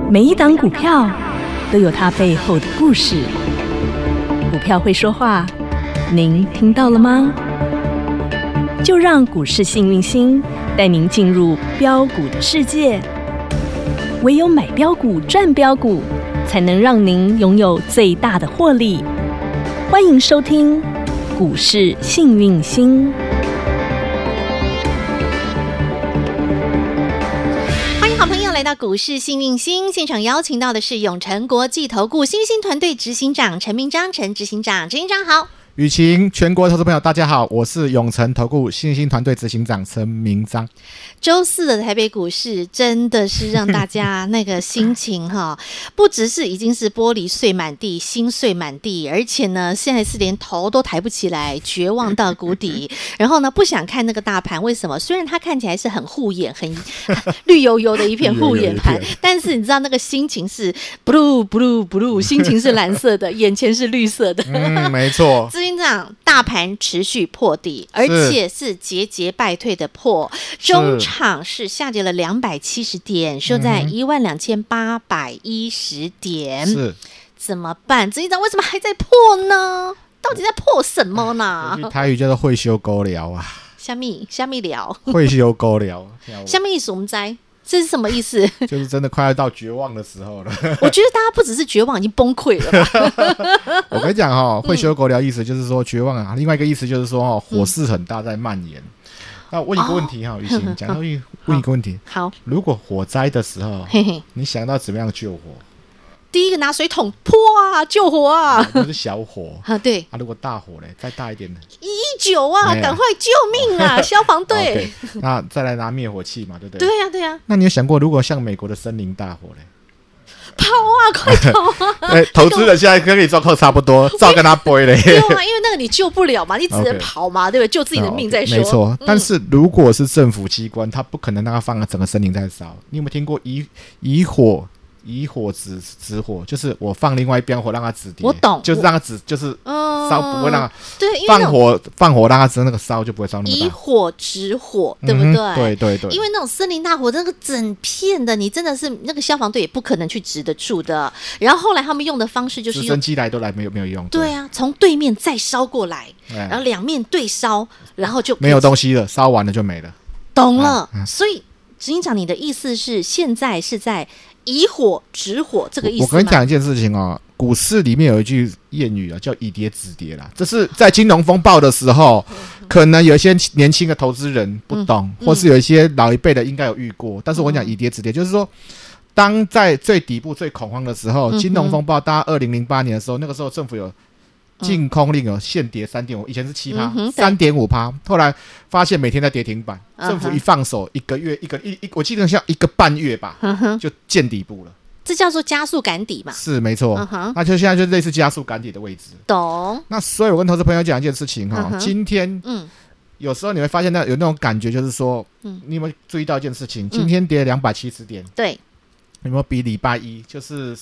每一档股票都有它背后的故事。股票会说话，您听到了吗？就让股市幸运星带您进入标股的世界。唯有买标股赚标股，才能让您拥有最大的获利。欢迎收听股市幸运星。 欢迎好朋友来到股市幸运星现场，邀请到的是永诚国际投顾新兴团队执行长陈明章，陈执行长，执行长好。 雨晴，全国投资朋友大家好，我是永诚投顾新兴团队执行长陈明章。 周四的台北股市真的是让大家那个心情不只是已经是玻璃碎满地，心碎满地，而且呢现在是连头都抬不起来，绝望到谷底。然后呢不想看那个大盘，为什么？虽然它看起来是很护眼，很绿油油的一片护眼盘，但是你知道那个心情是 blue， 心情是蓝色的，眼前是绿色的。 没错。 执行长，大盘持续破底，而且是节节败退的破，中场是下跌了270点，收在12810点。 是怎么办？执行长为什么还在破呢？到底在破什么呢？ 台语叫做会修狗聊啊， 虾米聊， 会修狗聊， 虾米意思我们知。这是什么意思？ 就是真的快要到绝望的时候了。 我觉得大家不只是绝望，已经崩溃了吧。 我跟你讲会修狗聊意思就是说绝望啊，另外一个意思就是说火势很大在蔓延。那问一个问题雨晴，问一个问题。好，如果火灾的时候，你想到怎么样救火？ 第一个拿水桶泼啊，救火啊， 那是小火对如果大火嘞，再大一点的 119啊，赶快救命啊！消防队那再来拿灭火器嘛，对不对？ 对啊。 那你有想过，如果像美国的森林大火嘞？ 跑啊，快跑啊！ 投资人现在跟你状况差不多，照跟他背嘞。 对啊，因为那个你救不了嘛，你只能跑嘛，对不对？救自己的命再说。 没错，但是如果是政府机关，他不可能让他放整个森林在烧。你有没有听过以火止火，就是我放另外一边火让它止跌。 我懂， 就是让它止，就是烧不会让它对，因为放火让它那个烧就不会烧那么大。 以火止火，对不对？ 对。 因为那种森林大火，那个整片的，你真的是那个消防队也不可能去止得住的。然后后来他们用的方式就是直升机来都来没有用。 对啊，从对面再烧过来，然后两面对烧，然后就没有东西了，烧完了就没了。 懂了。所以执行长，你的意思是现在是在以火止火这个意思吗？ 我跟你讲一件事情股市里面有一句谚语叫以跌止跌啦，这是在金融风暴的时候，可能有一些年轻的投资人不懂，或是有一些老一辈的应该有遇过。但是我跟你讲以跌止跌，就是说当在最底部最恐慌的时候，金融风暴大概2008年的时候，那个时候政府有禁空令，有限跌3.5%，以前是7%、3.5%，后来发现每天在跌停板，政府一放手，一个月我记得像1个半月吧，就见底部了。 这叫做加速赶底嘛？ 是没错，那就现在就类似加速赶底的位置。 懂。那所以我跟投资朋友讲一件事情今天有时候你会发现有那种感觉，就是说你有没有注意到一件事情？今天跌了270点， 对。 有没有比礼拜一就是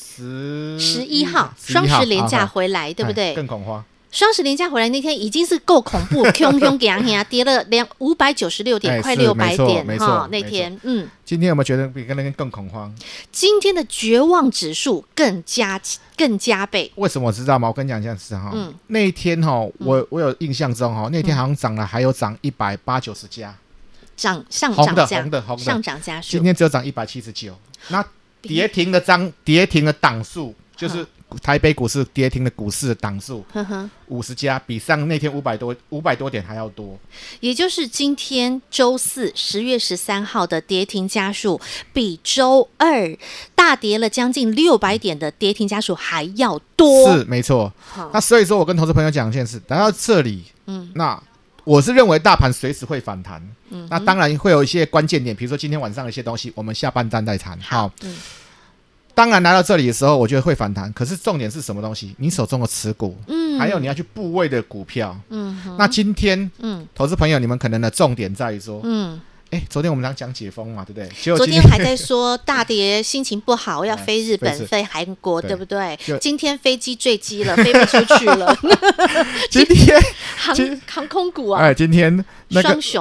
11 号双十连假回来，对不对？ 更恐慌。 双十连假回来那天已经是够恐怖，汹给它跌了596点，快600点那天。 今天有没有觉得比那天更恐慌？ 今天的绝望指数更加倍。 为什么我知道吗？我跟你讲一件事那一天我有印象中那天好像涨了，还有涨180-190家， 上涨家数。 今天只有涨179，那跌停的档数就是台北股市跌停的股市的档数50家，比上那天500多点还要多。 也就是今天周四10月13号的跌停家数比周二大跌了将近600点的跌停家数还要多。 是没错。那所以说我跟投资朋友讲一件事，来到这里那我是认为大盘随时会反弹，那当然会有一些关键点，比如说今天晚上的一些东西，我们下半站再谈。好，当然来到这里的时候，我觉得会反弹，可是重点是什么东西？你手中的持股，还有你要去部位的股票。那今天，投资朋友，你们可能的重点在于说，昨天我们讲解封嘛，对不对？ 昨天还在说大跌，心情不好，要飞日本、飞韩国，对不对？今天飞机坠机了，飞不出去了。 今天航空股啊， 今天那个双雄。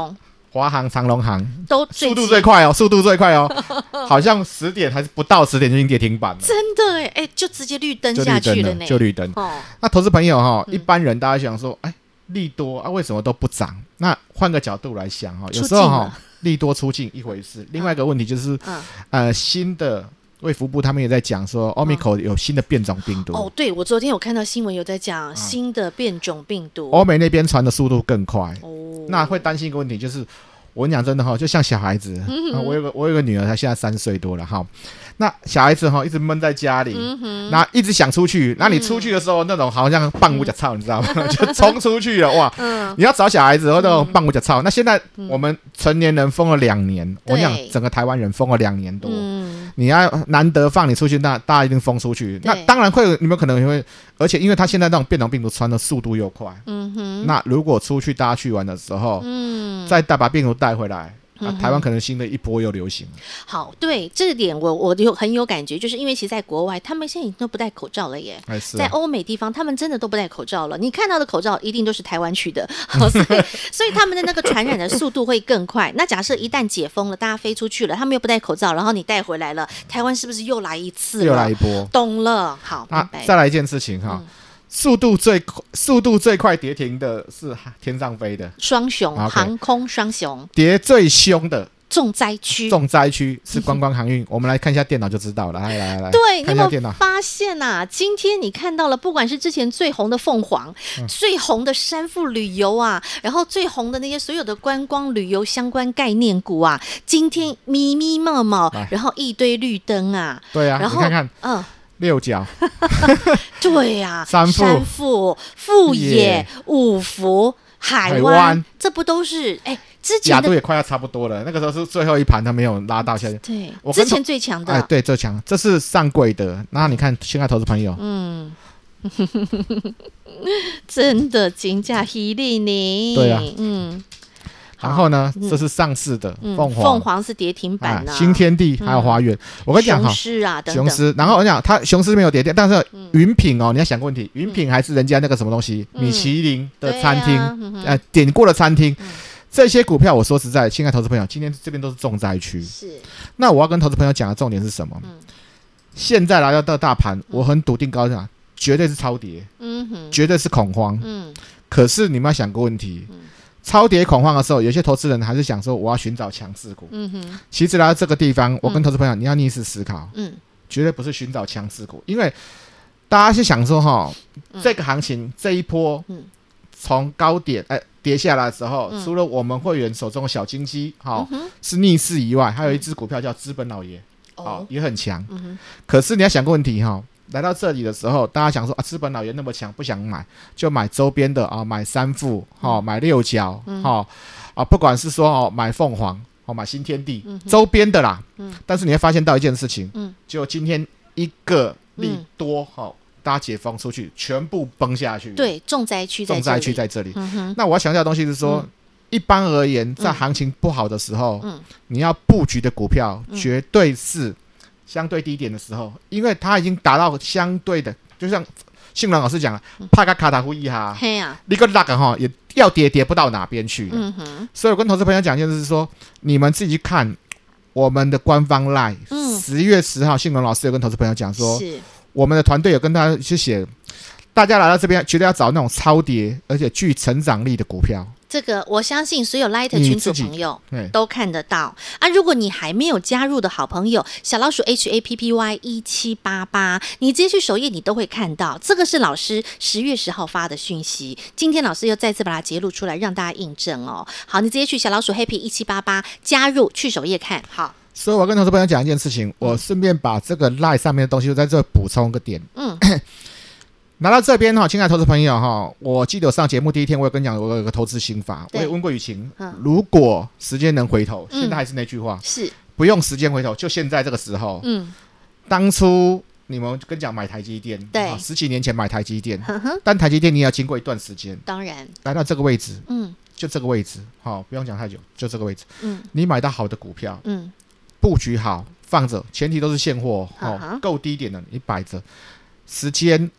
华航、长荣航都速度最快哦，速度最快哦，好像10点还是不到10点就已经跌停板了， 真的哎，就直接绿灯下去了呢， 就绿灯。那投资朋友哈，一般人大家想说，哎，利多啊，为什么都不涨？那换个角度来想哈，有时候哈，利多出尽一回事，另外一个问题就是，新的卫福部他们也在讲说 Omicron 有新的变种病毒。 哦，对，我昨天有看到新闻有在讲新的变种病毒， 欧美那边传的速度更快。那会担心一个问题就是，我跟你讲真的哈，就像小孩子，我有个女儿，她现在3岁多了哈。那小孩子哈一直闷在家里，那一直想出去，那你出去的时候那种好像棒五脚操，你知道吗？就冲出去了哇！你要找小孩子或那种棒五脚操。那现在我们成年人封了2年，我讲整个台湾人封了2年多，你要难得放你出去，那大家一定封出去。那当然会，你们可能会，而且因为他现在那种变种病毒传的速度又快，那如果出去大家去玩的时候，再把病毒带回来。台湾可能新的一波又流行了。 好，对这个点我很有感觉，就是因为其实在国外，他们现在已经都不戴口罩了耶。在欧美地方，他们真的都不戴口罩了。你看到的口罩一定都是台湾去的，所以他们的那个传染的速度会更快。那假设一旦解封了，大家飞出去了，他们又不戴口罩，然后你带回来了，台湾是不是又来一次了？ 又来一波， 懂了。好，明白。 再来一件事情哈。速度最快跌停的是天上飞的双雄，航空双雄。 跌最凶的重灾区是观光航运。我们来看一下电脑就知道了。来， 对，你有没有发现啊？今天你看到了，不管是之前最红的凤凰，最红的山富旅游啊，然后最红的那些所有的观光旅游相关概念股啊，今天密密麻麻，然后一堆绿灯啊。 对啊，然后你看看，六角， 对呀， 三富、富野、五福、海湾，这不都是之前亚都也快要差不多了。那个时候是最后一盘，它没有拉到下去。 对，之前最强的， 对，最强，这是上柜的。那你看，现在投资朋友， 真的金价犀利呢。 对啊，然后呢，这是上市的凤凰是跌停板啊， 新天地还有华远。我跟你讲哈， 雄狮啊，等等，雄狮。然后我讲它雄狮没有跌停，但是云品哦，你要想个问题，云品还是人家那个什么东西，米其林的餐厅，点过的餐厅。这些股票，我说实在，亲爱的投资朋友，今天这边都是重灾区。 是。 那我要跟投资朋友讲的重点是什么？现在来到大盘，我很笃定告诉你，绝对是超跌，绝对是恐慌。可是你们要想个问题。超跌恐慌的时候，有些投资人还是想说我要寻找强势股。其实来到这个地方，我跟投资朋友，你要逆势思考，绝对不是寻找强势股，因为大家是想说哈，这个行情这一波，从高点跌下来的时候，除了我们会员手中的小金鸡是逆势以外，还有一只股票叫资本老爷，也很强。可是你要想个问题哈。来到这里的时候，大家想说资本老爷那么强，不想买，就买周边的买三富，买六角，不管是说买凤凰，买新天地，周边的啦。但是你会发现到一件事情，就今天一个利多，大家解封出去，全部崩下去。 对，重灾区在这里。那我要强调的东西是说，一般而言，在行情不好的时候，你要布局的股票，绝对是。相对低点的时候，因为它已经达到相对的，就像信良老师讲了，帕卡卡塔呼一哈，你个那个哈也要跌不到哪边去。所以我跟投资朋友讲，就是说，你们自己去看我们的官方 LINE， 10月10号，信良老师有跟投资朋友讲说，我们的团队有跟他去写，大家来到这边，绝对要找那种超跌而且具成长力的股票。 这个我相信所有 Light 群组朋友都看得到啊！如果你还没有加入的好朋友，小老鼠 HAPPY1788，你直接去首页你都会看到，这个是老师10月10号发的讯息。今天老师又再次把它揭露出来，让大家印证哦。好，你直接去小老鼠 Happy1788 加入，去首页看好。 所以我跟投资朋友讲一件事情，我顺便把这个 Light 上面的东西在这补充个点。拿到这边亲爱的投资朋友我记得我上节目第一天，我有跟你讲，我有个投资心法，我也问过雨晴，如果时间能回头，现在还是那句话，是不用时间回头，就现在这个时候，当初你们跟讲买台积电，对，10几年前买台积电，但台积电你也要经过一段时间，当然来到这个位置，就这个位置，不用讲太久，就这个位置，你买到好的股票，布局好放着，前提都是现货，够低点的你摆着，时间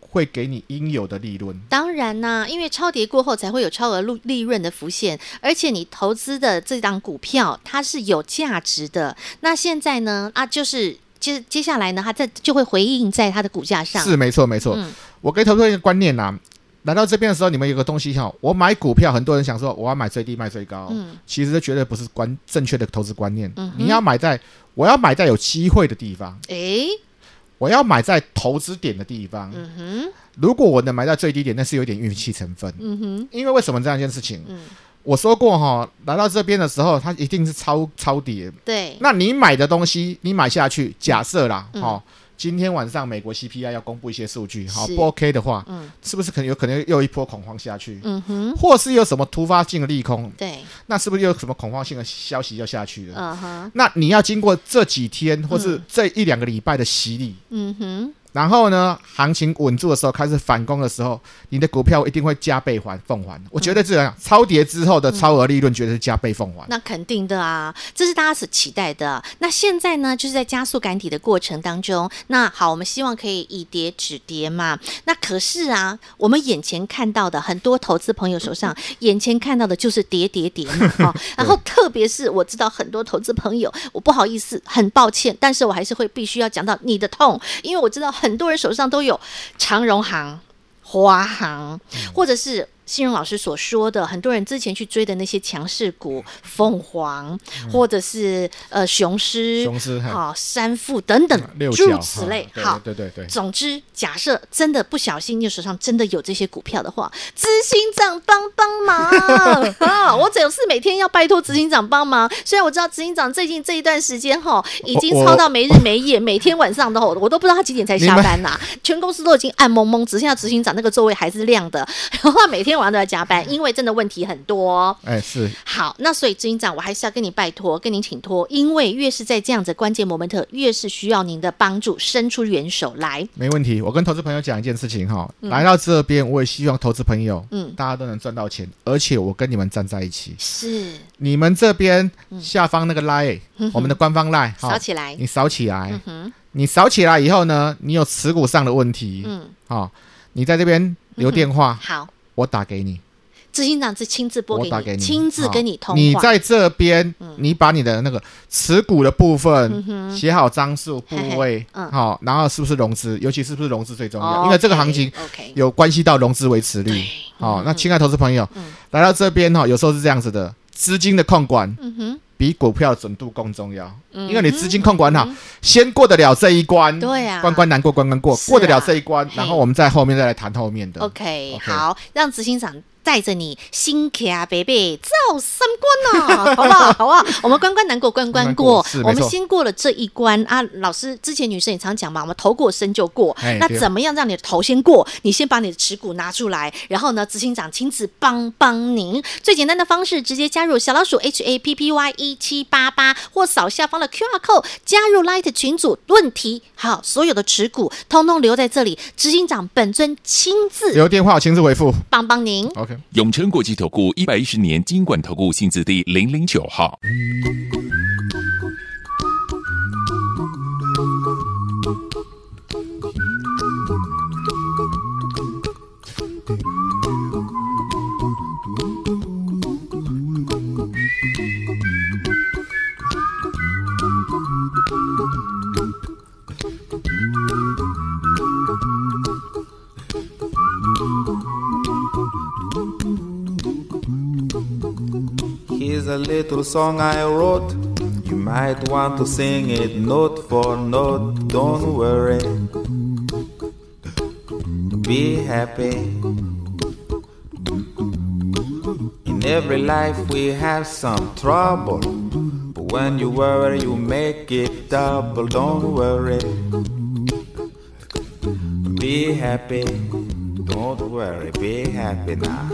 会给你应有的利润。 当然啦，因为超跌过后才会有超额利润的浮现，而且你投资的这档股票它是有价值的。那现在呢就是接下来呢，它就会回应在它的股价上。 是没错没错。我给投资人一个观念啦，来到这边的时候，你们有个东西哈，我买股票，很多人想说我要买最低卖最高，其实这绝对不是正确的投资观念。你要我要买在有机会的地方，我要买在投资点的地方。如果我能买在最低点，那是有点运气成分。因为什么这样一件事情？我说过哈，来到这边的时候，它一定是超跌。对，那你买的东西，你买下去，假设啦，今天晚上美国 CPI 要公布一些数据，好不 OK 的话，是不是有可能又一波恐慌下去？或是有什么突发性的利空？对，那是不是又有什么恐慌性的消息要下去了？那你要经过这几天或是这1-2个礼拜的洗礼，然后呢，行情稳住的时候，开始反攻的时候，你的股票一定会加倍奉还。我觉得这样超跌之后的超额利润绝对是加倍奉还。 那肯定的啊，这是大家所期待的。那现在呢，就是在加速赶底的过程当中。那好，我们希望可以以跌止跌嘛。那可是啊，我们眼前看到的很多投资朋友手上，眼前看到的就是跌嘛。然后特别是我知道很多投资朋友，我不好意思，很抱歉，但是我还是会必须要讲到你的痛，因为我知道很多人手上都有长荣航、华航，或者是信荣老师所说的很多人之前去追的那些强势股，凤凰，或者是雄狮、山富等等诸如此类。好，对，总之，假设真的不小心你手上真的有这些股票的话，执行长帮忙我只是每天要拜托执行长帮忙。虽然我知道执行长最近这一段时间已经操到没日没夜，每天晚上我都不知道他几点才下班啦。全公司都已经暗蒙蒙，只剩下执行长那个座位还是亮的，然后每天晚上都在加班，因为真的问题很多。是好，那所以执行长，我还是要跟你拜托，跟您请托，因为越是在这样子关键 moment， 越是需要您的帮助，伸出援手来。没问题，我跟投资朋友讲一件事情来到这边，我也希望投资朋友，大家都能赚到钱，而且我跟你们站在一起。是，你们这边下方那个 LINE，我们的官方 LINE，扫起来，你扫起来，你扫起来以后呢，你有持股上的问题，你在这边留电话，好，我打给你。执行长是亲自拨给你，亲自跟你通话。你在这边，你把你的那个持股的部分写好张数、部位，然后是不是融资，尤其是不是融资最重要，因为这个行情有关系到融资维持率。那亲爱的投资朋友，来到这边有时候是这样子的，资金的控管比股票的准度更重要，因为你资金控管好，先过得了这一关，对啊，关难过关过，过得了这一关，然后我们在后面再来谈后面的。OK， 好，让执行长带着你新卡贝贝造三关好不好？好不好？我们关难过关过，我们先过了这一关啊。老师之前女生也常讲嘛，我们头过身就过。那怎么样让你的头先过？你先把你的持股拿出来，然后呢，执行长亲自帮您。最简单的方式，直接加入小老鼠 HAPPY1788，或扫下方的 QR code 加入 Light 群组。问题好，所有的持股通通留在这里，执行长本尊亲自留电话，我亲自回复，帮您。OK。 永诚国际投顾110年金管投顾新字第009号。 Here's a little song I wrote. You might want to sing it note for note. Don't worry. Be happy. In every life we have some trouble. But when you worry, you make it double. Don't worry. Be happy. Don't worry. Be happy now.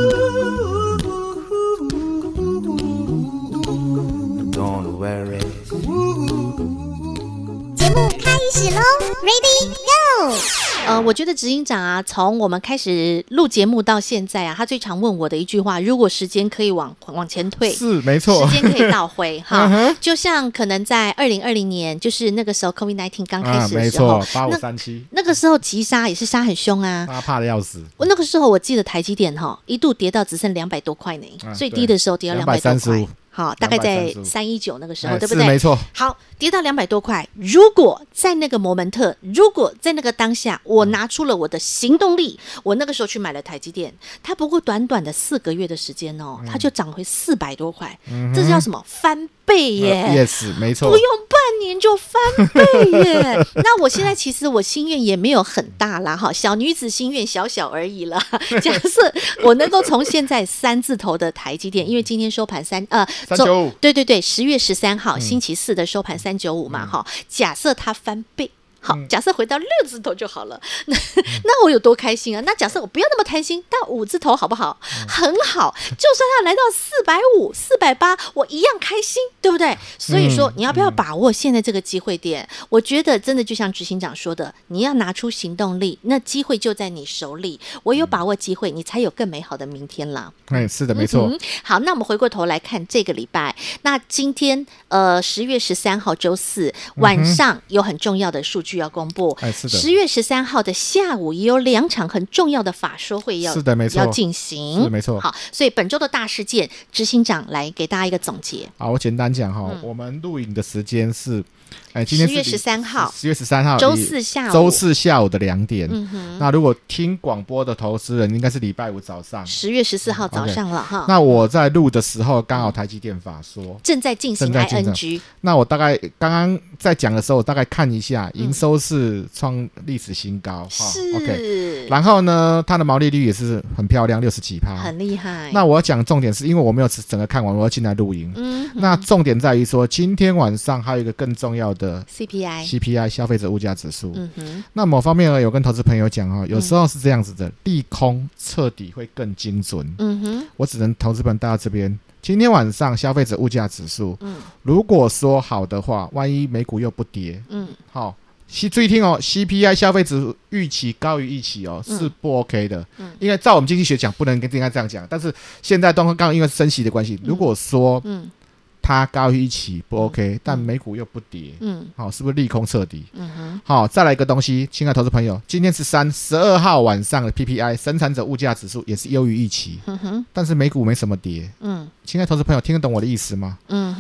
Don't worry. 节目开始喽 ，Ready Go！ 我觉得执行长啊，从我们开始录节目到现在啊，他最常问我的一句话：如果时间可以往前退， 是没错， 时间可以倒回哈。就像可能在2020年，就是那个时候 COVID-19 刚开始的时候， 没错，8537， 那个时候急杀也是杀很凶啊， 他怕的要死。 我那个时候我记得台积电一度跌到只剩200多块呢，最低的时候跌到200多块。好，大概在319那个时候，对不对？ 没错。 好，跌到200多块。如果在那个摩门特，如果在那个当下，我拿出了我的行动力，我那个时候去买了台积电，它不过短短的4个月的时间它就涨回400多块，这叫什么？翻倍耶 ！Yes， 没错， 不用半年就翻倍耶。那我现在其实我心愿也没有很大啦，小女子心愿小小而已啦。假设我能够从现在3字头的台积电，因为今天收盘 395， 对10月13号星期四的收盘395嘛，假设它翻倍。好，假设回到6字头就好了，那我有多开心啊？那假设我不要那么贪心，到5字头好不好？很好，就算它来到450、480，我一样开心，对不对？所以说，你要不要把握现在这个机会点？我觉得真的就像执行长说的，你要拿出行动力，那机会就在你手里。我有把握机会，你才有更美好的明天啦。 是的，没错。 好，那我们回过头来看这个礼拜，那今天10月13号周四晚上有很重要的数据要公布。 是的 10月13号的下午也有2场很重要的法说会要进行。 是的，没错。 好，所以本周的大事件，执行长来给大家一个总结。 好，我简单讲我们录影的时间是今天 10月13号 ，10月13号周四下午的2点。那如果听广播的投资人，应该是礼拜5早上 ，10月14号早上了哈。 那我在录的时候，刚好台积电法说正在进行 ING。 那我大概刚刚在讲的时候，我大概看一下，营收是创历史新高， 是。 OK。然后呢，它的毛利率也是很漂亮，60几%， 很厉害。 那我要讲重点是因为我没有整个看完，我要进来录音。那重点在于说，今天晚上还有一个更重要的 CPI 消费者物价指数。那某方面有跟投资朋友讲有时候是这样子的，利空彻底会更精准。我只能投资朋友带到这边。今天晚上消费者物价指数，如果说好的话，万一美股又不跌，好，注意听CPI 消费者预期高于预期是不 OK 的。因为照我们经济学讲，不能跟应该这样讲，但是现在刚刚因为升息的关系，如果说它高于预期不 OK，但美股又不跌，是不是利空彻底？好，再来一个东西，亲爱的投资朋友，今天12号晚上的 PPI 生产者物价指数也是优于预期，但是美股没什么跌。亲爱的投资朋友，听得懂我的意思吗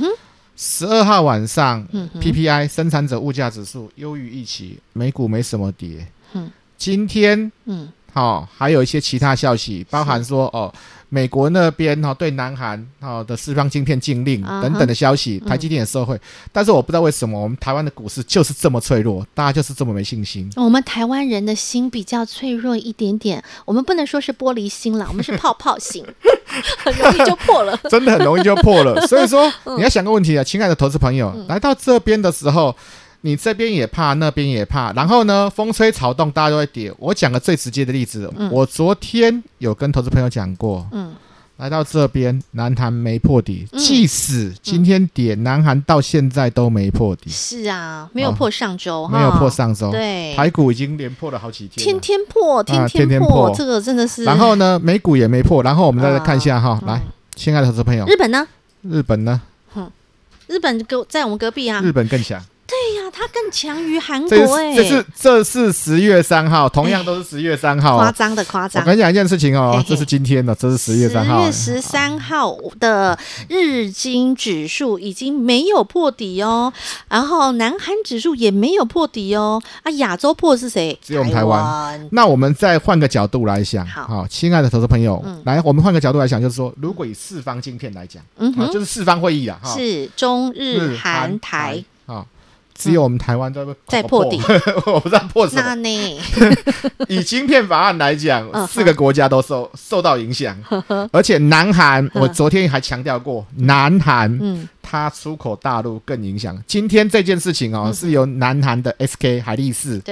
？12号晚上PPI 生产者物价指数优于预期，美股没什么跌。今天还有一些其他消息，包含说美国那边对南韩的释放晶片禁令等等的消息，台积电也受惠。但是我不知道为什么我们台湾的股市就是这么脆弱，大家就是这么没信心。 我们台湾人的心比较脆弱一点点，我们不能说是玻璃心啦，我们是泡泡心，很容易就破了， 真的很容易就破了。所以说你要想个问题亲爱的投资朋友，来到这边的时候，你这边也怕，那边也怕，然后呢，风吹草动，大家都会跌。我讲个最直接的例子，我昨天有跟投资朋友讲过，来到这边，南韩没破底，即使今天跌，南韩到现在都没破底。 是啊，没有破上周， 没有破上周。 对， 台股已经连破了好几天了， 天天破，这个真的是。 然后呢，美股也没破，然后我们再来看一下来，亲爱的投资朋友， 日本呢？ 日本在我们隔壁啊， 日本更强。 对呀，它更强于韩国这是10月3号，同样都是10月3号， 夸张的夸张。 我跟你讲一件事情这是今天的，这是10月3号。 10月13号的日经指数已经没有破底然后南韩指数也没有破底亚洲破是谁？ 只有我们台湾。那我们再换个角度来想，好，亲爱的投资朋友，来，我们换个角度来想，就是说，如果以4方晶片来讲，就是4方会议啦， 是中日韩台。 只有我们台湾在破底， 我不知道破什么。 那呢？ 以晶片法案来讲，4个国家都受到影响，而且南韩，我昨天还强调过，南韩它出口大陆更影响。今天这件事情是由南韩的 SK 海力士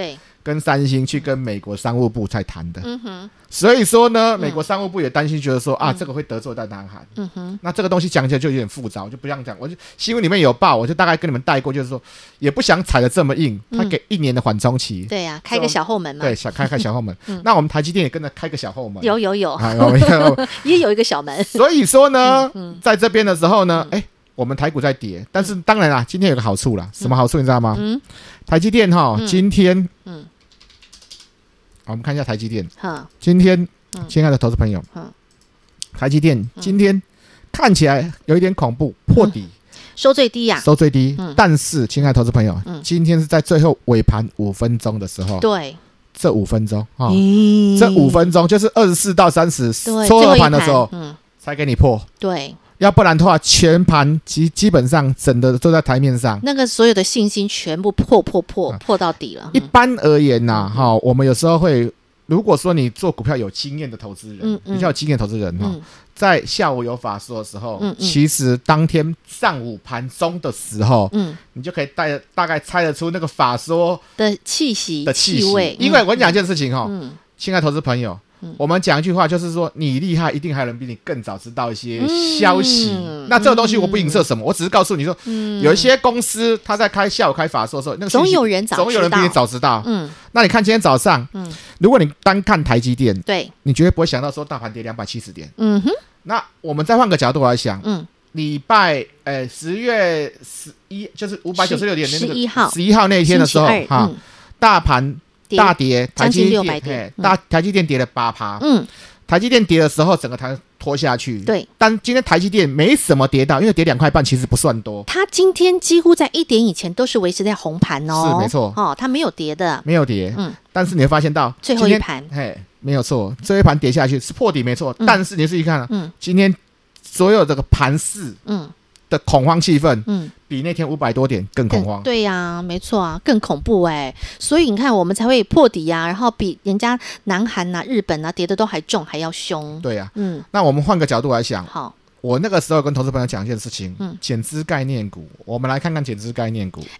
跟三星去跟美国商务部才谈的。所以说呢，美国商务部也担心，觉得说这个会得罪到南韩。那这个东西讲起来就有点复杂，我就不想讲。我就新闻里面有报，我就大概跟你们带过，就是说也不想踩得这么硬，他给1年的缓冲期。 对呀，开个小后门嘛。 对，开小后门。那我们台积电也跟着开个小后门。 有，也有一个小门。 所以说呢，在这边的时候呢，我们台股在跌，但是当然啦，今天有个好处啦，什么好处你知道吗？台积电今天，我们看一下台积电，今天，亲爱的投资朋友，台积电今天看起来有一点恐怖，破底， 收最低呀， 收最低。但是，亲爱的投资朋友，今天是在最后尾盘5分钟的时候， 对， 这5分钟这5分钟就是24到30收合盘的时候，才给你破， 对。 要不然的话，全盘基本上整的都在台面上， 那个所有的信心全部破到底了。 一般而言呐，我们有时候会，如果说你做股票有经验的投资人，比较有经验的投资人在下午有法说的时候，其实当天上午盘中的时候，你就可以大概猜得出那个法说的气息的气味。因为我跟你讲一件事情亲爱的投资朋友。我们讲一句话，就是说你厉害，一定还有人比你更早知道一些消息。那这个东西我不影射什么，我只是告诉你说，有一些公司他在下午开法说的时候，那个总有人比你早知道。那你看今天早上，如果你单看台积电， 对， 你绝对不会想到说大盘跌270点。那我们再换个角度来想，礼拜10月11就是596点的那个11号那一天的时候，大盘大跌，台积电跌了8%。台积电跌的时候，整个台拖下去。 对， 但今天台积电没什么跌到，因为跌2块半，其实不算多。 它今天几乎在1点以前都是维持在红盘哦， 是没错它没有跌的， 没有跌。但是你会发现到最后一盘， 没有错，最后一盘跌下去是破底没错。但是你自己看今天所有这个盘势，的恐慌气氛，比那天500多点更恐慌。 对呀，没错啊，更恐怖所以你看，我们才会破底呀，然后比人家南韩啊、日本啊跌的都还重，还要凶。 对呀，那我们换个角度来想， 好， 我那个时候跟投资朋友讲一件事情，减资概念股，我们来看看减资概念股。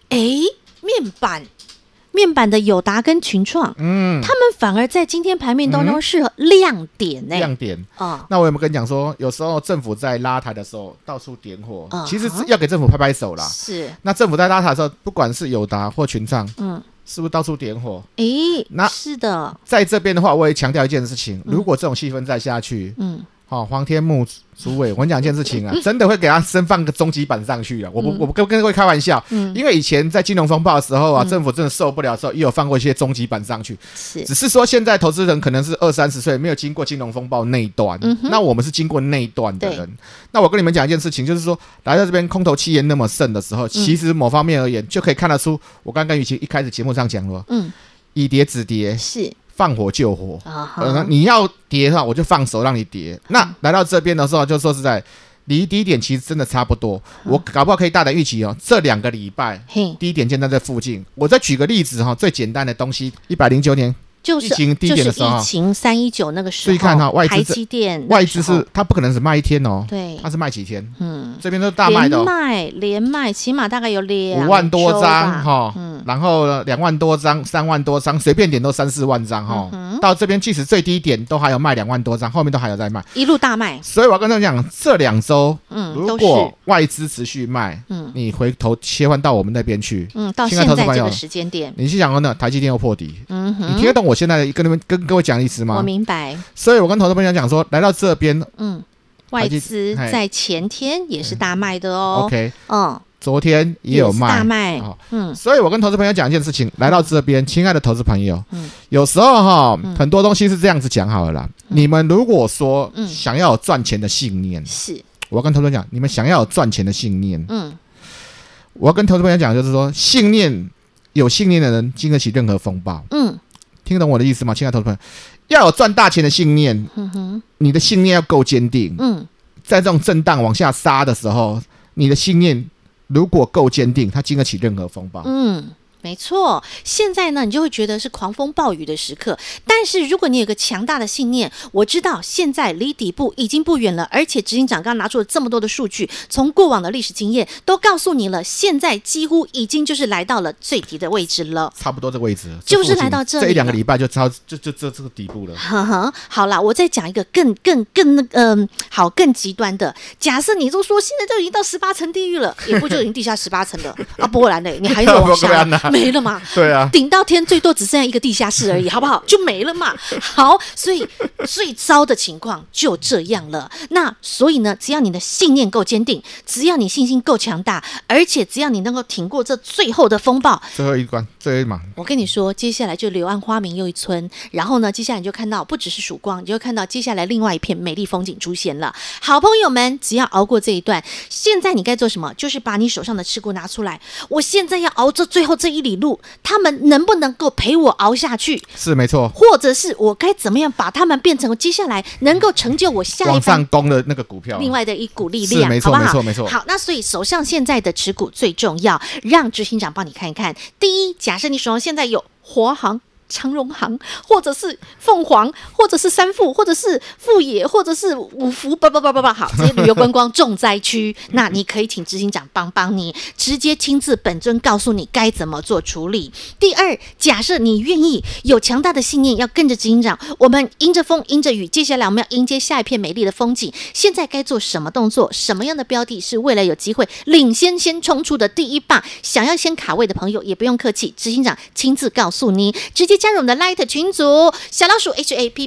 面板的友达跟群创，他们反而在今天盘面当中是亮点亮点那我有没有跟你讲说，有时候政府在拉抬的时候到处点火，其实要给政府拍拍手啦。 是， 那政府在拉抬的时候，不管是友达或群创，是不是到处点火？ 那是的。 在这边的话，我也强调一件事情，如果这种气氛再下去，黄天木主委，我跟你讲一件事情啊，真的会给他升放个终极版上去了。我不跟各位开玩笑，因为以前在金融风暴的时候啊，政府真的受不了的时候，也有放过一些终极版上去。只是说现在投资人可能是20-30岁，没有经过金融风暴那一段，那我们是经过那一段的人。那我跟你们讲一件事情，就是说来到这边空头气焰那么盛的时候，其实某方面而言，就可以看得出，我刚刚跟雨琦一开始节目上讲了，以跌止跌是。放火救火，你要跌的话，我就放手让你跌。那来到这边的时候，就说实在，离低点其实真的差不多。我搞不好可以大胆预期这2个礼拜低点就在这附近。我再举个例子最简单的东西，109年。 就是疫情低点的时候， 疫情319那个时候， 所以看台积电外资是它不可能只卖1天对， 它是卖几天？这边都是大卖的， 连卖，起码大概有5 万多张然后呢2万多张、3万多张，随便点都3-4万张到这边即使最低点都还有卖2万多张，后面都还有在卖， 一路大卖。 所以我要跟他们讲，这2周如果外资持续卖，你回头切换到我们那边去， 到现在这个时间点， 你去想呢，台积电又破底，你听得懂我现在跟各位讲的意思吗？ 我明白。 所以我跟投资朋友讲说，来到这边， 外资在前天也是大卖的哦。 OK，昨天也有卖， 大卖。 所以我跟投资朋友讲一件事情，来到这边，亲爱的投资朋友，有时候很多东西是这样子讲好了啦。你们如果说想要有赚钱的信念， 是我要跟投资朋友讲，你们想要有赚钱的信念，我要跟投资朋友讲，就是说，有信念的人经得起任何风暴。听懂我的意思吗？亲爱的投资朋友，要有赚大钱的信念，你的信念要够坚定。在这种震荡往下杀的时候，你的信念如果够坚定，它经得起任何风暴。 没错，现在呢，你就会觉得是狂风暴雨的时刻。但是如果你有个强大的信念，我知道现在离底部已经不远了，而且执行长刚刚拿出了这么多的数据，从过往的历史经验都告诉你了，现在几乎已经就是来到了最底的位置了， 差不多这个位置， 就是来到这里了， 这1-2个礼拜就这个底部了。 呵呵，好啦，我再讲一个更极端的。假设你都说现在都已经到18层地狱了，也不就已经地下18层了啊？不然嘞，你还有往下没了嘛？ 对啊， 顶到天最多只剩下一个地下室而已，好不好？就没了嘛。好，所以最糟的情况就这样了。那所以呢，只要你的信念够坚定，只要你信心够强大，而且只要你能够挺过这最后的风暴， 最后一关，最后一忙。 我跟你说，接下来就柳暗花明又一村。然后呢，接下来你就看到不只是曙光，你就会看到接下来另外一片美丽风景出现了。好朋友们，只要熬过这一段，现在你该做什么？就是把你手上的持股拿出来。我现在要熬这最后这1里路，他们能不能够陪我熬下去？ 是没错。 或者是我该怎么样把他们变成接下来能够成就我下一往上攻的那个股票， 另外的一股力量， 是没错， 好不好？ 没错，没错。 好，那所以手上现在的持股最重要，让执行长帮你看一看。第一，假设你手上现在有华航、长荣航，或者是凤凰，或者是三富，或者是富野，或者是五福，好，这些旅游观光重灾区，那你可以请执行长帮你，直接亲自本尊告诉你该怎么做处理。第二，假设你愿意有强大的信念，要跟着执行长，我们迎着风，迎着雨，接下来我们要迎接下一片美丽的风景。现在该做什么动作？什么样的标的是未来有机会领先先冲出的第一棒？想要先卡位的朋友也不用客气，执行长亲自告诉你，直接加入我们的 Light 群组，小老鼠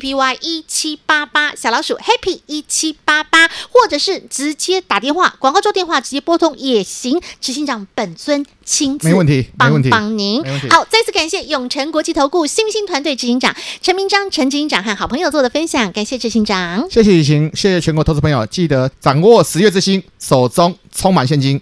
HAPPY1788，小老鼠 Happy1788，或者是直接打电话，广告中电话直接拨通也行，执行长本尊亲自没问题， 帮您。好，再次感谢永诚国际投顾新兴团队执行长陈明章陈执行长和好朋友做的分享，感谢执行长， 谢谢雨晴，谢谢全国投资朋友，记得掌握10月之星，手中充满现金。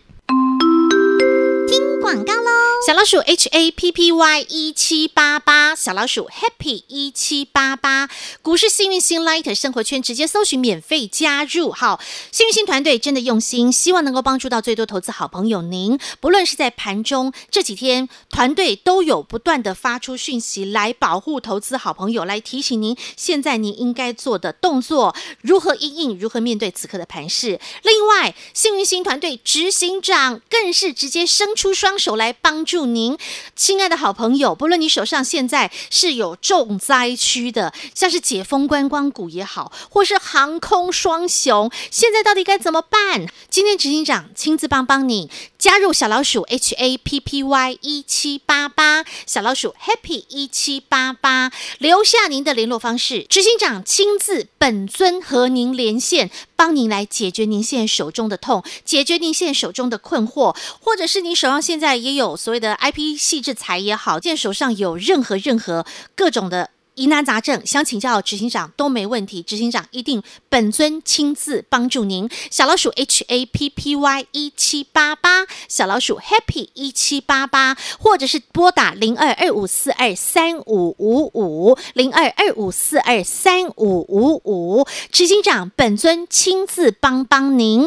广告喽！小老鼠 HAPPY1788，小老鼠 Happy1788，股市幸运星 Light 生活圈直接搜寻免费加入。好，幸运星团队真的用心，希望能够帮助到最多投资好朋友您。不论是在盘中这几天，团队都有不断的发出讯息来保护投资好朋友，来提醒您现在您应该做的动作，如何因应，如何面对此刻的盘势。另外，幸运星团队执行长更是直接伸出双手来帮助您，亲爱的好朋友，不论你手上现在是有重灾区的，像是解封观光股也好，或是航空双雄，现在到底该怎么办？今天执行长亲自帮你，加入小老鼠 HAPPY1788，小老鼠 Happy1788，留下您的联络方式，执行长亲自本尊和您连线，帮您来解决您现在手中的痛，解决您现在手中的困惑，或者是你手上现在也有所谓的 IP 细制裁也好，现在手上有任何各种的疑难杂症，想请教执行长都没问题，执行长一定本尊亲自帮助您。小老鼠 HAPPY1788，小老鼠 Happy1788，或者是拨打0225423555，0225423555，执行长本尊亲自帮您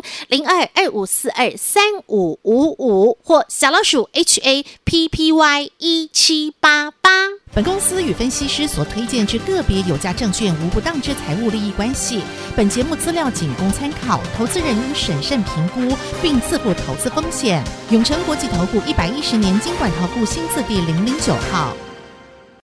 ，0225423555，或小老鼠 HAPPY1788。 本公司与分析师所推荐之个别有价证券无不当之财务利益关系。本节目资料仅供参考，投资人应审慎评估并自负投资风险。永诚国际投顾110年金管投顾新字第009号。